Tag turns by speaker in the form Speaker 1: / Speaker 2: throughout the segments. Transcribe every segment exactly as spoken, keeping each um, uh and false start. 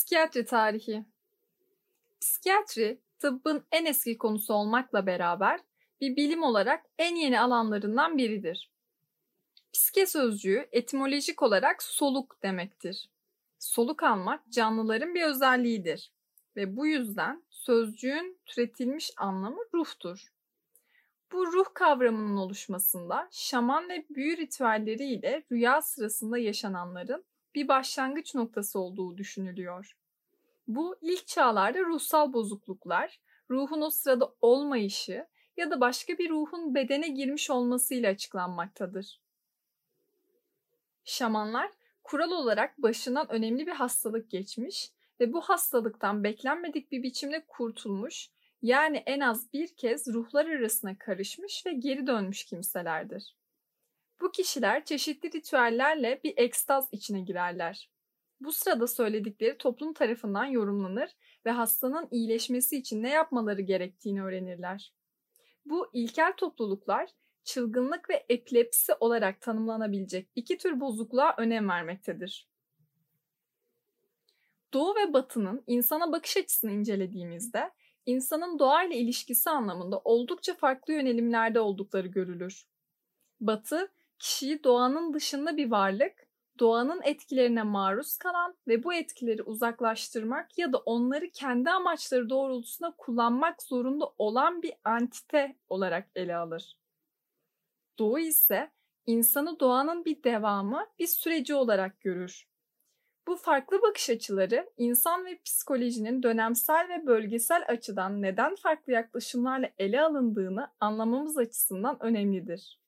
Speaker 1: Psikiyatri tarihi. Psikiyatri, tıbbın en eski konusu olmakla beraber bir bilim olarak en yeni alanlarından biridir. Psike sözcüğü etimolojik olarak soluk demektir. Soluk almak canlıların bir özelliğidir ve bu yüzden sözcüğün türetilmiş anlamı ruhtur. Bu ruh kavramının oluşmasında şaman ve büyü ritüelleri ile rüya sırasında yaşananların bir başlangıç noktası olduğu düşünülüyor. Bu ilk çağlarda ruhsal bozukluklar, ruhun o sırada olmayışı ya da başka bir ruhun bedene girmiş olmasıyla açıklanmaktadır. Şamanlar kural olarak başından önemli bir hastalık geçmiş ve bu hastalıktan beklenmedik bir biçimde kurtulmuş, yani en az bir kez ruhlar arasına karışmış ve geri dönmüş kimselerdir. Bu kişiler çeşitli ritüellerle bir ekstaz içine girerler. Bu sırada söyledikleri toplum tarafından yorumlanır ve hastanın iyileşmesi için ne yapmaları gerektiğini öğrenirler. Bu ilkel topluluklar çılgınlık ve epilepsi olarak tanımlanabilecek iki tür bozukluğa önem vermektedir. Doğu ve Batı'nın insana bakış açısını incelediğimizde insanın doğayla ilişkisi anlamında oldukça farklı yönelimlerde oldukları görülür. Batı, kişiyi doğanın dışında bir varlık, doğanın etkilerine maruz kalan ve bu etkileri uzaklaştırmak ya da onları kendi amaçları doğrultusunda kullanmak zorunda olan bir antite olarak ele alır. Doğu ise insanı doğanın bir devamı, bir süreci olarak görür. Bu farklı bakış açıları insan ve psikolojinin dönemsel ve bölgesel açıdan neden farklı yaklaşımlarla ele alındığını anlamamız açısından önemlidir.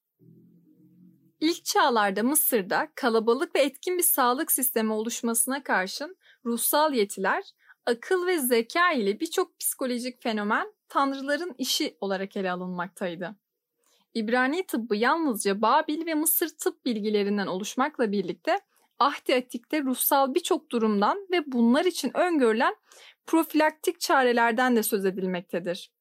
Speaker 1: İlk çağlarda Mısır'da kalabalık ve etkin bir sağlık sistemi oluşmasına karşın ruhsal yetiler, akıl ve zeka ile birçok psikolojik fenomen tanrıların işi olarak ele alınmaktaydı. İbrani tıbbı yalnızca Babil ve Mısır tıp bilgilerinden oluşmakla birlikte Ahdi Atik'te ruhsal birçok durumdan ve bunlar için öngörülen profilaktik çarelerden de söz edilmektedir.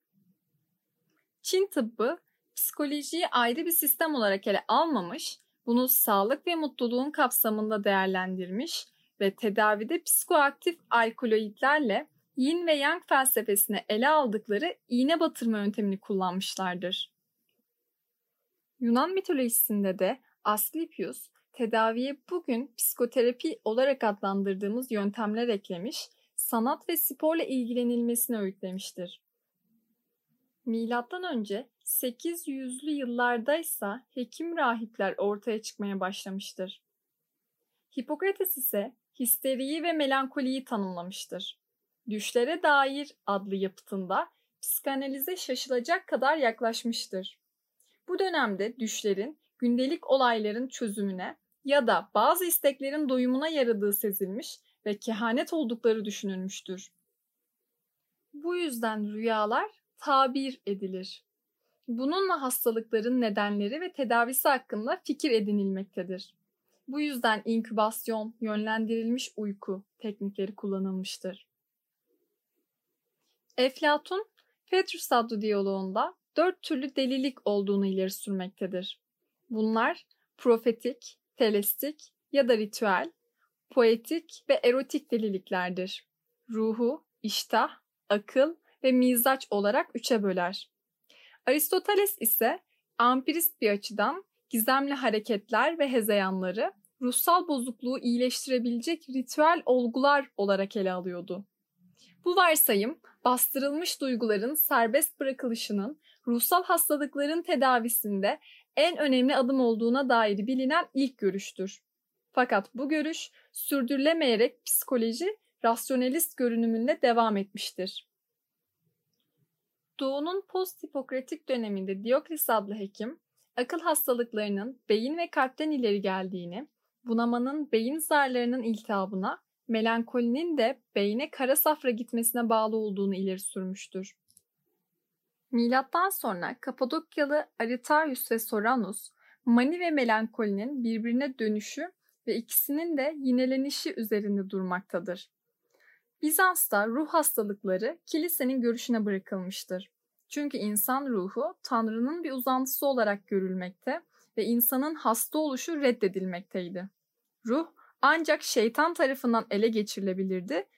Speaker 1: Çin tıbbı psikolojiyi ayrı bir sistem olarak ele almamış, bunu sağlık ve mutluluğun kapsamında değerlendirmiş ve tedavide psikoaktif alkaloidlerle yin ve yang felsefesine ele aldıkları iğne batırma yöntemini kullanmışlardır. Yunan mitolojisinde de Asklepios, tedaviye bugün psikoterapi olarak adlandırdığımız yöntemler eklemiş, sanat ve sporla ilgilenilmesini öğütlemiştir. Milattan önce sekiz yüzlü yıllardaysa hekim rahipler ortaya çıkmaya başlamıştır. Hipokrates ise histeriyi ve melankoliyi tanımlamıştır. Düşlere dair adlı yapıtında psikanalize şaşılacak kadar yaklaşmıştır. Bu dönemde düşlerin gündelik olayların çözümüne ya da bazı isteklerin doyumuna yaradığı sezilmiş ve kehanet oldukları düşünülmüştür. Bu yüzden rüyalar tabir edilir. Bununla hastalıkların nedenleri ve tedavisi hakkında fikir edinilmektedir. Bu yüzden inkübasyon, yönlendirilmiş uyku teknikleri kullanılmıştır. Eflatun, Phaedrus adlı diyaloğunda dört türlü delilik olduğunu ileri sürmektedir. Bunlar profetik, telestik ya da ritüel, poetik ve erotik deliliklerdir. Ruhu, iştah, akıl ve mizaç olarak üçe böler. Aristoteles ise ampirist bir açıdan gizemli hareketler ve hezeyanları ruhsal bozukluğu iyileştirebilecek ritüel olgular olarak ele alıyordu. Bu varsayım, bastırılmış duyguların serbest bırakılışının ruhsal hastalıkların tedavisinde en önemli adım olduğuna dair bilinen ilk görüştür. Fakat bu görüş sürdürülemeyerek psikoloji rasyonelist görünümünde devam etmiştir. Doğu'nun post-Hipokratik döneminde Diokles adlı hekim, akıl hastalıklarının beyin ve kalpten ileri geldiğini, bunamanın beyin zarlarının iltihabına, melankolinin de beyne kara safra gitmesine bağlı olduğunu ileri sürmüştür. Milattan sonra Kapadokyalı Aritarius ve Soranus, mani ve melankolinin birbirine dönüşü ve ikisinin de yinelenişi üzerinde durmaktadır. Bizans'ta ruh hastalıkları kilisenin görüşüne bırakılmıştır. Çünkü insan ruhu Tanrı'nın bir uzantısı olarak görülmekte ve insanın hasta oluşu reddedilmekteydi. Ruh ancak şeytan tarafından ele geçirilebilirdi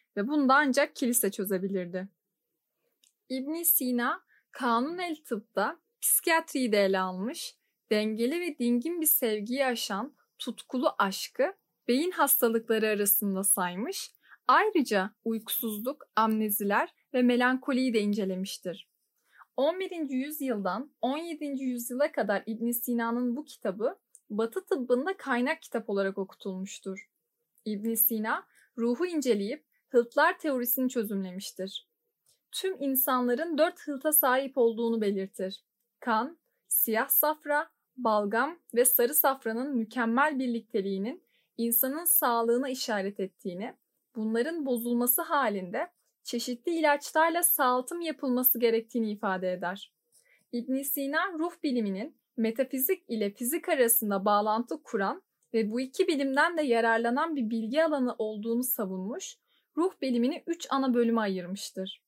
Speaker 1: ve bunu da ancak kilise çözebilirdi. İbn Sina, kanun-el tıpta psikiyatriyi de ele almış, dengeli ve dingin bir sevgiyi aşan tutkulu aşkı beyin hastalıkları arasında saymış, ayrıca uykusuzluk, amneziler ve melankoliyi de incelemiştir. on birinci yüzyıldan on yedinci yüzyıla kadar İbn Sina'nın bu kitabı Batı tıbbında kaynak kitap olarak okutulmuştur. İbn Sina, ruhu inceleyip hıltlar teorisini çözümlemiştir. Tüm insanların dört hılta sahip olduğunu belirtir. Kan, siyah safra, balgam ve sarı safranın mükemmel birlikteliğinin insanın sağlığına işaret ettiğini, bunların bozulması halinde çeşitli ilaçlarla sağaltım yapılması gerektiğini ifade eder. İbn Sina, ruh biliminin metafizik ile fizik arasında bağlantı kuran ve bu iki bilimden de yararlanan bir bilgi alanı olduğunu savunmuş, ruh bilimini üç ana bölüme ayırmıştır.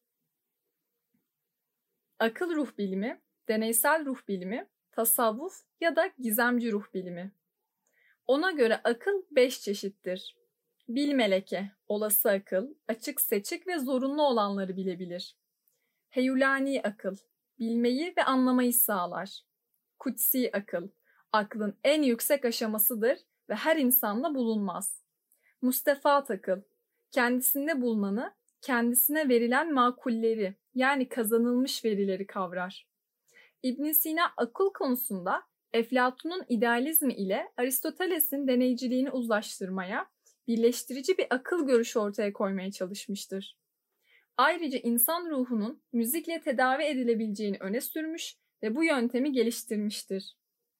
Speaker 1: Akıl ruh bilimi, deneysel ruh bilimi, tasavvuf ya da gizemci ruh bilimi. Ona göre akıl beş çeşittir. Bilmeleke, olası akıl, açık seçik ve zorunlu olanları bilebilir. Heyulani akıl, bilmeyi ve anlamayı sağlar. Kutsi akıl, aklın en yüksek aşamasıdır ve her insanda bulunmaz. Mustefat akıl, kendisinde bulunanı, kendisine verilen makulleri yani kazanılmış verileri kavrar. İbn Sina akıl konusunda Eflatun'un idealizmi ile Aristoteles'in deneyciliğini uzlaştırmaya, birleştirici bir akıl görüşü ortaya koymaya çalışmıştır. Ayrıca insan ruhunun müzikle tedavi edilebileceğini öne sürmüş ve bu yöntemi geliştirmiştir.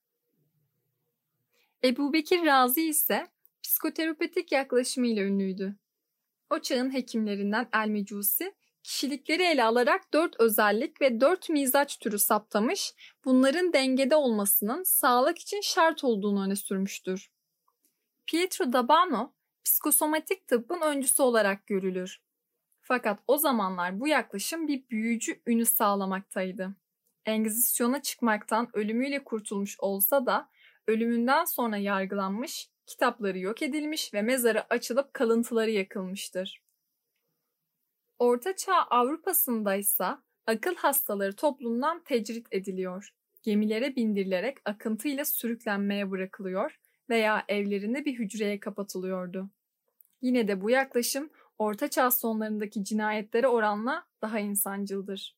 Speaker 1: Ebubekir Razi ise psikoterapetik yaklaşımıyla ünlüydü. O çağın hekimlerinden El-Mecusi, kişilikleri ele alarak dört özellik ve dört mizaç türü saptamış, bunların dengede olmasının sağlık için şart olduğunu öne sürmüştür. Pietro D'Abano, psikosomatik tıbbın öncüsü olarak görülür. Fakat o zamanlar bu yaklaşım bir büyücü ünü sağlamaktaydı. Engizisyona çıkmaktan ölümüyle kurtulmuş olsa da ölümünden sonra yargılanmış, kitapları yok edilmiş ve mezarı açılıp kalıntıları yakılmıştır. Ortaçağ Avrupa'sında ise akıl hastaları toplumdan tecrit ediliyor, gemilere bindirilerek akıntıyla sürüklenmeye bırakılıyor veya evlerinde bir hücreye kapatılıyordu. Yine de bu yaklaşım Ortaçağ sonlarındaki cinayetlere oranla daha insancıldır.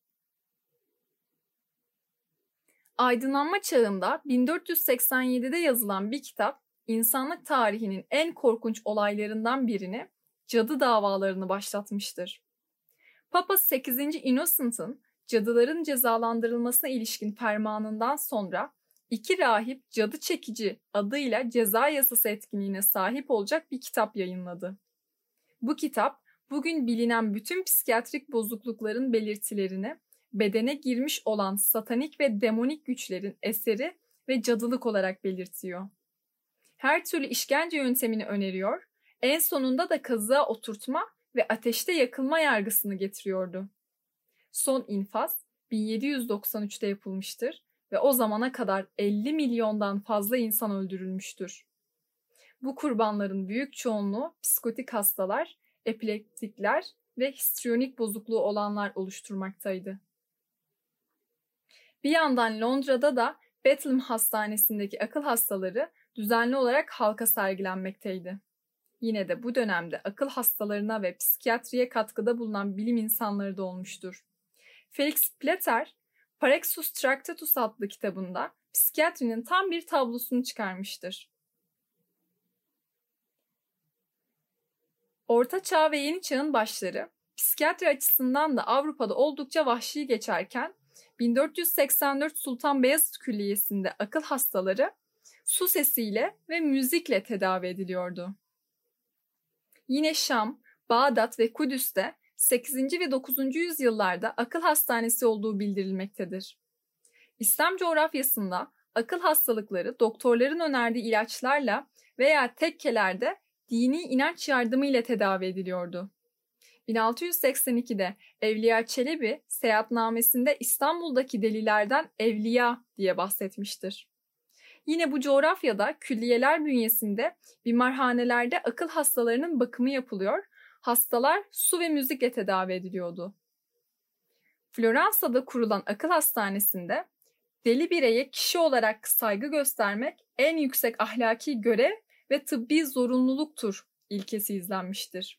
Speaker 1: Aydınlanma çağında bin dört yüz seksen yedide yazılan bir kitap, insanlık tarihinin en korkunç olaylarından birini, cadı davalarını başlatmıştır. Papa sekizinci Innocent'ın cadıların cezalandırılmasına ilişkin fermanından sonra iki rahip cadı çekici adıyla ceza yasası etkinliğine sahip olacak bir kitap yayınladı. Bu kitap bugün bilinen bütün psikiyatrik bozuklukların belirtilerini, bedene girmiş olan satanik ve demonik güçlerin eseri ve cadılık olarak belirtiyor. Her türlü işkence yöntemini öneriyor, en sonunda da kazığa oturtma ve ateşte yakılma yargısını getiriyordu. Son infaz bin yedi yüz doksan üçte yapılmıştır ve o zamana kadar elli milyondan fazla insan öldürülmüştür. Bu kurbanların büyük çoğunluğu psikotik hastalar, epileptikler ve histriyonik bozukluğu olanlar oluşturmaktaydı. Bir yandan Londra'da da Bethlehem Hastanesi'ndeki akıl hastaları düzenli olarak halka sergilenmekteydi. Yine de bu dönemde akıl hastalarına ve psikiyatriye katkıda bulunan bilim insanları da olmuştur. Felix Plater, Paracelsus Tractatus adlı kitabında psikiyatrinin tam bir tablosunu çıkarmıştır. Orta Çağ ve Yeni Çağ'ın başları, psikiyatri açısından da Avrupa'da oldukça vahşi geçerken, bin dört yüz seksen dört Sultan Beyazıt Külliyesi'nde akıl hastaları su sesiyle ve müzikle tedavi ediliyordu. Yine Şam, Bağdat ve Kudüs'te sekizinci ve dokuzuncu yüzyıllarda akıl hastanesi olduğu bildirilmektedir. İslam coğrafyasında akıl hastalıkları doktorların önerdiği ilaçlarla veya tekkelerde dini inanç yardımıyla tedavi ediliyordu. bin altı yüz seksen ikide Evliya Çelebi seyahatnamesinde İstanbul'daki delilerden evliya diye bahsetmiştir. Yine bu coğrafyada külliyeler bünyesinde bimarhanelerde akıl hastalarının bakımı yapılıyor, Hastalar su ve müzikle tedavi ediliyordu. Floransa'da kurulan akıl hastanesinde deli bireye kişi olarak saygı göstermek en yüksek ahlaki görev ve tıbbi zorunluluktur ilkesi izlenmiştir.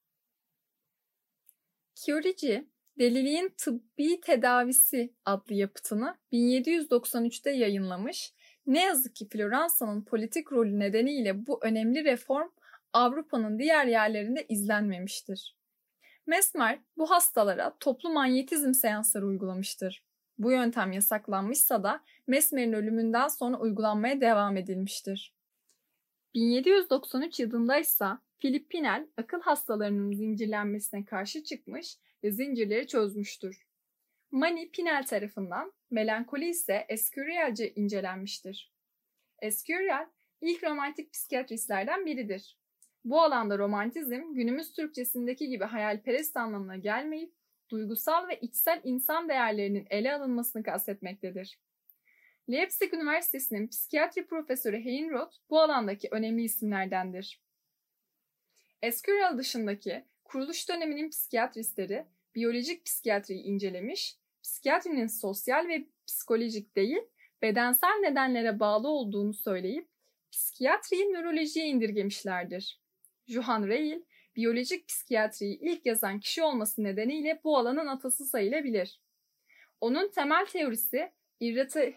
Speaker 1: Chiorici, Deliliğin Tıbbi Tedavisi adlı yapıtını bin yedi yüz doksan üçte yayınlamış. Ne yazık ki Floransa'nın politik rolü nedeniyle bu önemli reform Avrupa'nın diğer yerlerinde izlenmemiştir. Mesmer bu hastalara toplu manyetizm seansları uygulamıştır. Bu yöntem yasaklanmışsa da Mesmer'in ölümünden sonra uygulanmaya devam edilmiştir. bin yedi yüz doksan üç yılında ise Philip Pinel akıl hastalarının zincirlenmesine karşı çıkmış ve zincirleri çözmüştür. Mani Pinel tarafından, melankoli ise Escurial'ce incelenmiştir. Escurial ilk romantik psikiyatristlerden biridir. Bu alanda romantizm günümüz Türkçesindeki gibi hayalperest anlamına gelmeyip duygusal ve içsel insan değerlerinin ele alınmasını kastetmektedir. Leipzig Üniversitesi'nin psikiyatri profesörü Heinroth bu alandaki önemli isimlerdendir. Escurial dışındaki kuruluş döneminin psikiyatristleri biyolojik psikiyatriyi incelemiş, psikiyatrinin sosyal ve psikolojik değil, bedensel nedenlere bağlı olduğunu söyleyip psikiyatriyi nörolojiye indirgemişlerdir. Johann Riehl, biyolojik psikiyatriyi ilk yazan kişi olması nedeniyle bu alanın atası sayılabilir. Onun temel teorisi irrita...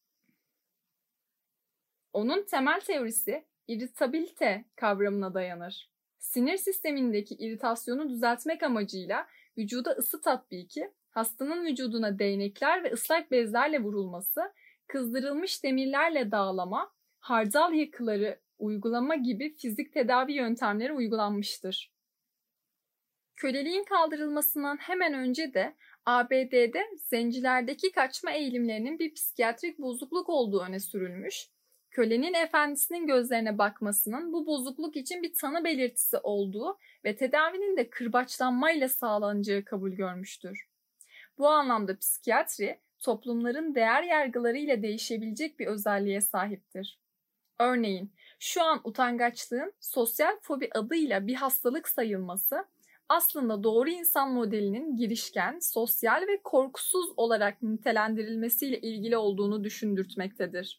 Speaker 1: Onun temel teorisi irritabilite kavramına dayanır. Sinir sistemindeki iritasyonu düzeltmek amacıyla vücuda ısı tatbiki, hastanın vücuduna değnekler ve ıslak bezlerle vurulması, kızdırılmış demirlerle dağlama, hardal yakıları uygulama gibi fizik tedavi yöntemleri uygulanmıştır. Köleliğin kaldırılmasından hemen önce de A B D'de zencilerdeki kaçma eğilimlerinin bir psikiyatrik bozukluk olduğu öne sürülmüş, kölenin efendisinin gözlerine bakmasının bu bozukluk için bir tanı belirtisi olduğu ve tedavinin de kırbaçlanmayla sağlanacağı kabul görmüştür. Bu anlamda psikiyatri, toplumların değer yargılarıyla değişebilecek bir özelliğe sahiptir. Örneğin, şu an utangaçlığın sosyal fobi adıyla bir hastalık sayılması, aslında doğru insan modelinin girişken, sosyal ve korkusuz olarak nitelendirilmesiyle ilgili olduğunu düşündürtmektedir.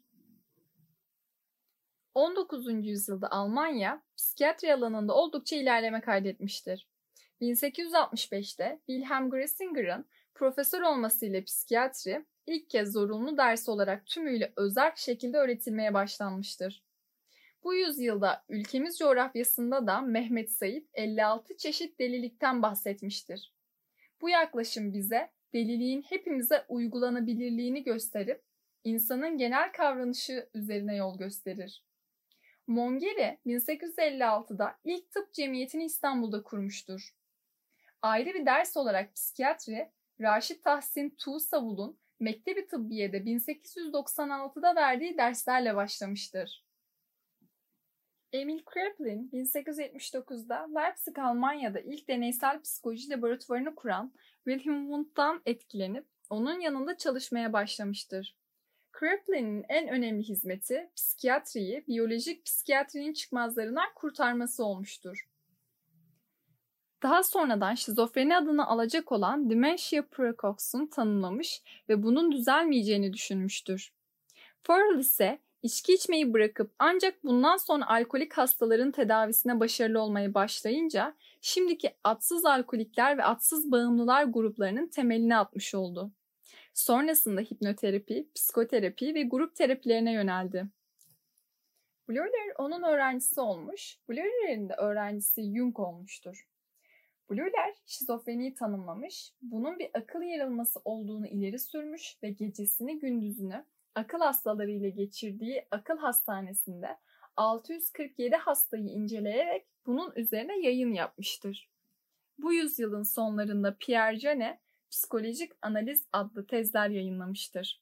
Speaker 1: on dokuzuncu yüzyılda Almanya, psikiyatri alanında oldukça ilerleme kaydetmiştir. bin sekiz yüz altmış beşte Wilhelm Gressinger'ın profesör olmasıyla psikiyatri ilk kez zorunlu ders olarak tümüyle özerk şekilde öğretilmeye başlanmıştır. Bu yüzyılda ülkemiz coğrafyasında da Mehmet Said elli altı çeşit delilikten bahsetmiştir. Bu yaklaşım bize deliliğin hepimize uygulanabilirliğini gösterip insanın genel davranışı üzerine yol gösterir. Mongeri bin sekiz yüz elli altıda ilk tıp cemiyetini İstanbul'da kurmuştur. Ayrı bir ders olarak psikiyatri, Raşit Tahsin Tuğsavul'un Mektebi Tıbbiye'de bin sekiz yüz doksan altıda verdiği derslerle başlamıştır. Emil Kraepelin bin sekiz yüz yetmiş dokuzda Leipzig, Almanya'da ilk deneysel psikoloji laboratuvarını kuran Wilhelm Wundt'tan etkilenip onun yanında çalışmaya başlamıştır. Kraepelin'in en önemli hizmeti psikiyatriyi biyolojik psikiyatrinin çıkmazlarından kurtarması olmuştur. Daha sonradan şizofreni adını alacak olan dementia praecox'un tanımlamış ve bunun düzelmeyeceğini düşünmüştür. Farrell ise içki içmeyi bırakıp ancak bundan sonra alkolik hastaların tedavisine başarılı olmaya başlayınca şimdiki adsız alkolikler ve adsız bağımlılar gruplarının temelini atmış oldu. Sonrasında hipnoterapi, psikoterapi ve grup terapilerine yöneldi. Bleuler onun öğrencisi olmuş, Bleuler'in de öğrencisi Jung olmuştur. Bleuler şizofreniyi tanımlamış, bunun bir akıl yarılması olduğunu ileri sürmüş ve gecesini gündüzünü akıl hastaları ile geçirdiği akıl hastanesinde altı yüz kırk yedi hastayı inceleyerek bunun üzerine yayın yapmıştır. Bu yüzyılın sonlarında Pierre Janet, Psikolojik Analiz adlı tezler yayınlamıştır.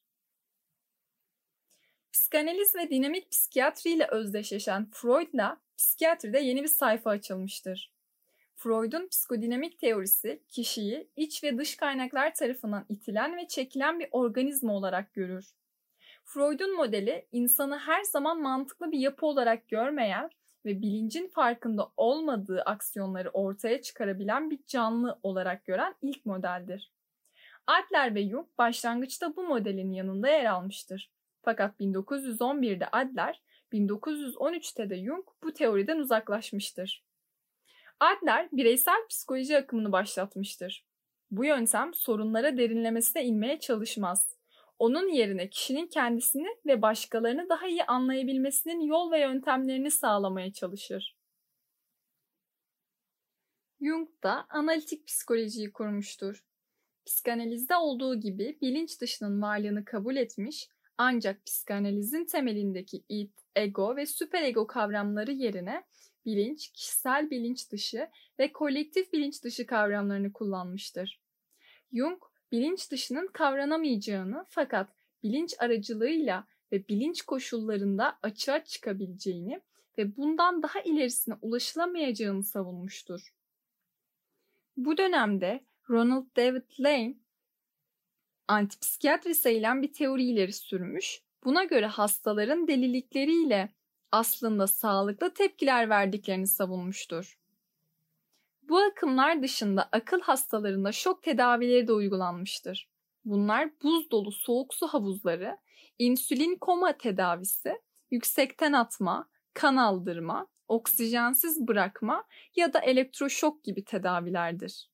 Speaker 1: Psikanaliz ve dinamik psikiyatri ile özdeşleşen Freud'la psikiyatride yeni bir sayfa açılmıştır. Freud'un psikodinamik teorisi kişiyi iç ve dış kaynaklar tarafından itilen ve çekilen bir organizma olarak görür. Freud'un modeli insanı her zaman mantıklı bir yapı olarak görmeyen ve bilincin farkında olmadığı aksiyonları ortaya çıkarabilen bir canlı olarak gören ilk modeldir. Adler ve Jung başlangıçta bu modelin yanında yer almıştır. Fakat bin dokuz yüz on birde Adler, bin dokuz yüz on üçte de Jung bu teoriden uzaklaşmıştır. Adler bireysel psikoloji akımını başlatmıştır. Bu yöntem sorunlara derinlemesine inmeye çalışmaz. Onun yerine kişinin kendisini ve başkalarını daha iyi anlayabilmesinin yol ve yöntemlerini sağlamaya çalışır. Jung da analitik psikolojiyi kurmuştur. Psikanalizde olduğu gibi bilinç dışının varlığını kabul etmiş, ancak psikanalizin temelindeki id, ego ve süperego kavramları yerine bilinç, kişisel bilinç dışı ve kolektif bilinç dışı kavramlarını kullanmıştır. Jung, bilinç dışının kavranamayacağını fakat bilinç aracılığıyla ve bilinç koşullarında açığa çıkabileceğini ve bundan daha ilerisine ulaşılamayacağını savunmuştur. Bu dönemde Ronald David Lane antipsikiyatri sayılan bir teori ileri sürmüş. Buna göre hastaların delilikleriyle aslında sağlıklı tepkiler verdiklerini savunmuştur. Bu akımlar dışında akıl hastalarında şok tedavileri de uygulanmıştır. Bunlar buz dolu soğuk su havuzları, insülin koma tedavisi, yüksekten atma, kan aldırma, oksijensiz bırakma ya da elektroşok gibi tedavilerdir.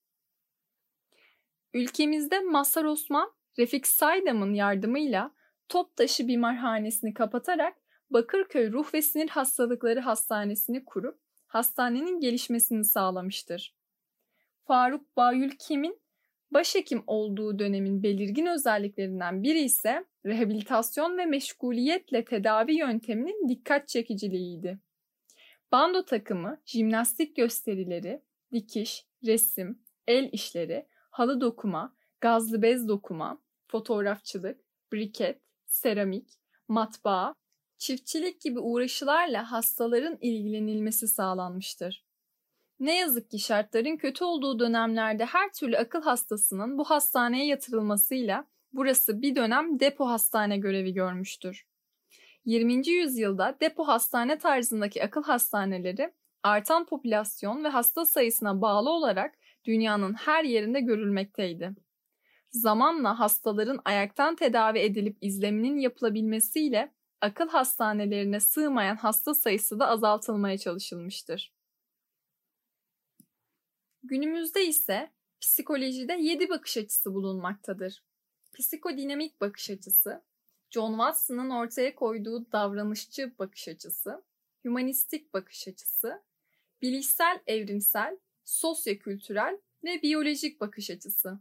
Speaker 1: Ülkemizde Mazhar Osman, Refik Saydam'ın yardımıyla Toptaşı Bimarhanesi'ni kapatarak Bakırköy Ruh ve Sinir Hastalıkları Hastanesi'ni kurup hastanenin gelişmesini sağlamıştır. Faruk Bayülkem'in başhekim olduğu dönemin belirgin özelliklerinden biri ise rehabilitasyon ve meşguliyetle tedavi yönteminin dikkat çekiciliğiydi. Bando takımı, jimnastik gösterileri, dikiş, resim, el işleri, halı dokuma, gazlı bez dokuma, fotoğrafçılık, briket, seramik, matbaa, çiftçilik gibi uğraşılarla hastaların ilgilenilmesi sağlanmıştır. Ne yazık ki şartların kötü olduğu dönemlerde her türlü akıl hastasının bu hastaneye yatırılmasıyla burası bir dönem depo hastane görevi görmüştür. yirminci yüzyılda depo hastane tarzındaki akıl hastaneleri artan popülasyon ve hasta sayısına bağlı olarak dünyanın her yerinde görülmekteydi. Zamanla hastaların ayaktan tedavi edilip izleminin yapılabilmesiyle akıl hastanelerine sığmayan hasta sayısı da azaltılmaya çalışılmıştır. Günümüzde ise psikolojide yedi bakış açısı bulunmaktadır. Psikodinamik bakış açısı, John Watson'ın ortaya koyduğu davranışçı bakış açısı, hümanistik bakış açısı, bilişsel evrimsel, sosyokültürel ve biyolojik bakış açısı.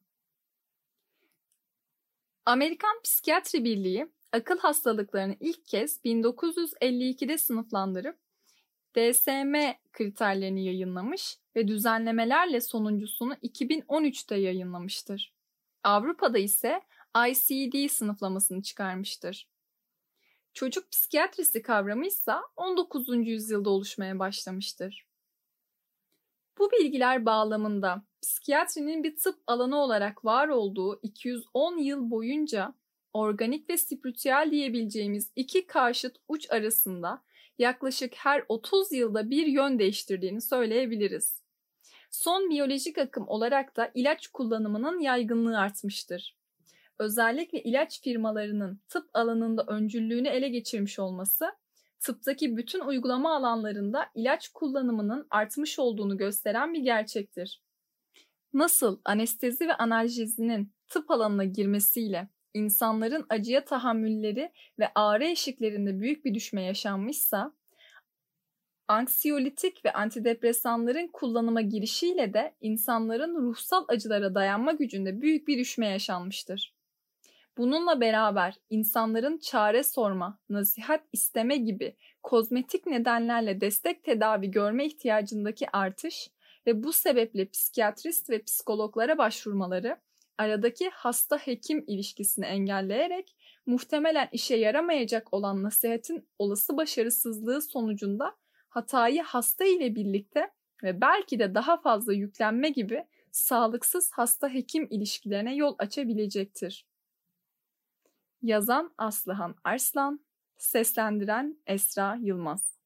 Speaker 1: Amerikan Psikiyatri Birliği akıl hastalıklarını ilk kez bin dokuz yüz elli ikide sınıflandırıp D S M kriterlerini yayınlamış ve düzenlemelerle sonuncusunu iki bin on üçte yayınlamıştır. Avrupa'da ise I C D sınıflamasını çıkarmıştır. Çocuk psikiyatrisi kavramı ise on dokuzuncu yüzyılda oluşmaya başlamıştır. Bu bilgiler bağlamında psikiyatrinin bir tıp alanı olarak var olduğu iki yüz on yıl boyunca organik ve spiritüel diyebileceğimiz iki karşıt uç arasında yaklaşık her otuz yılda bir yön değiştirdiğini söyleyebiliriz. Son biyolojik akım olarak da ilaç kullanımının yaygınlığı artmıştır. Özellikle ilaç firmalarının tıp alanında öncülüğünü ele geçirmiş olması, tıptaki bütün uygulama alanlarında ilaç kullanımının artmış olduğunu gösteren bir gerçektir. Nasıl anestezi ve analjezinin tıp alanına girmesiyle insanların acıya tahammülleri ve ağrı eşiklerinde büyük bir düşme yaşanmışsa, anksiyolitik ve antidepresanların kullanıma girişiyle de insanların ruhsal acılara dayanma gücünde büyük bir düşme yaşanmıştır. Bununla beraber insanların çare sorma, nasihat isteme gibi kozmetik nedenlerle destek tedavi görme ihtiyacındaki artış ve bu sebeple psikiyatrist ve psikologlara başvurmaları aradaki hasta-hekim ilişkisini engelleyerek muhtemelen işe yaramayacak olan nasihatin olası başarısızlığı sonucunda hatayı hasta ile birlikte ve belki de daha fazla yüklenme gibi sağlıksız hasta-hekim ilişkilerine yol açabilecektir. Yazan Aslıhan Arslan, seslendiren Esra Yılmaz.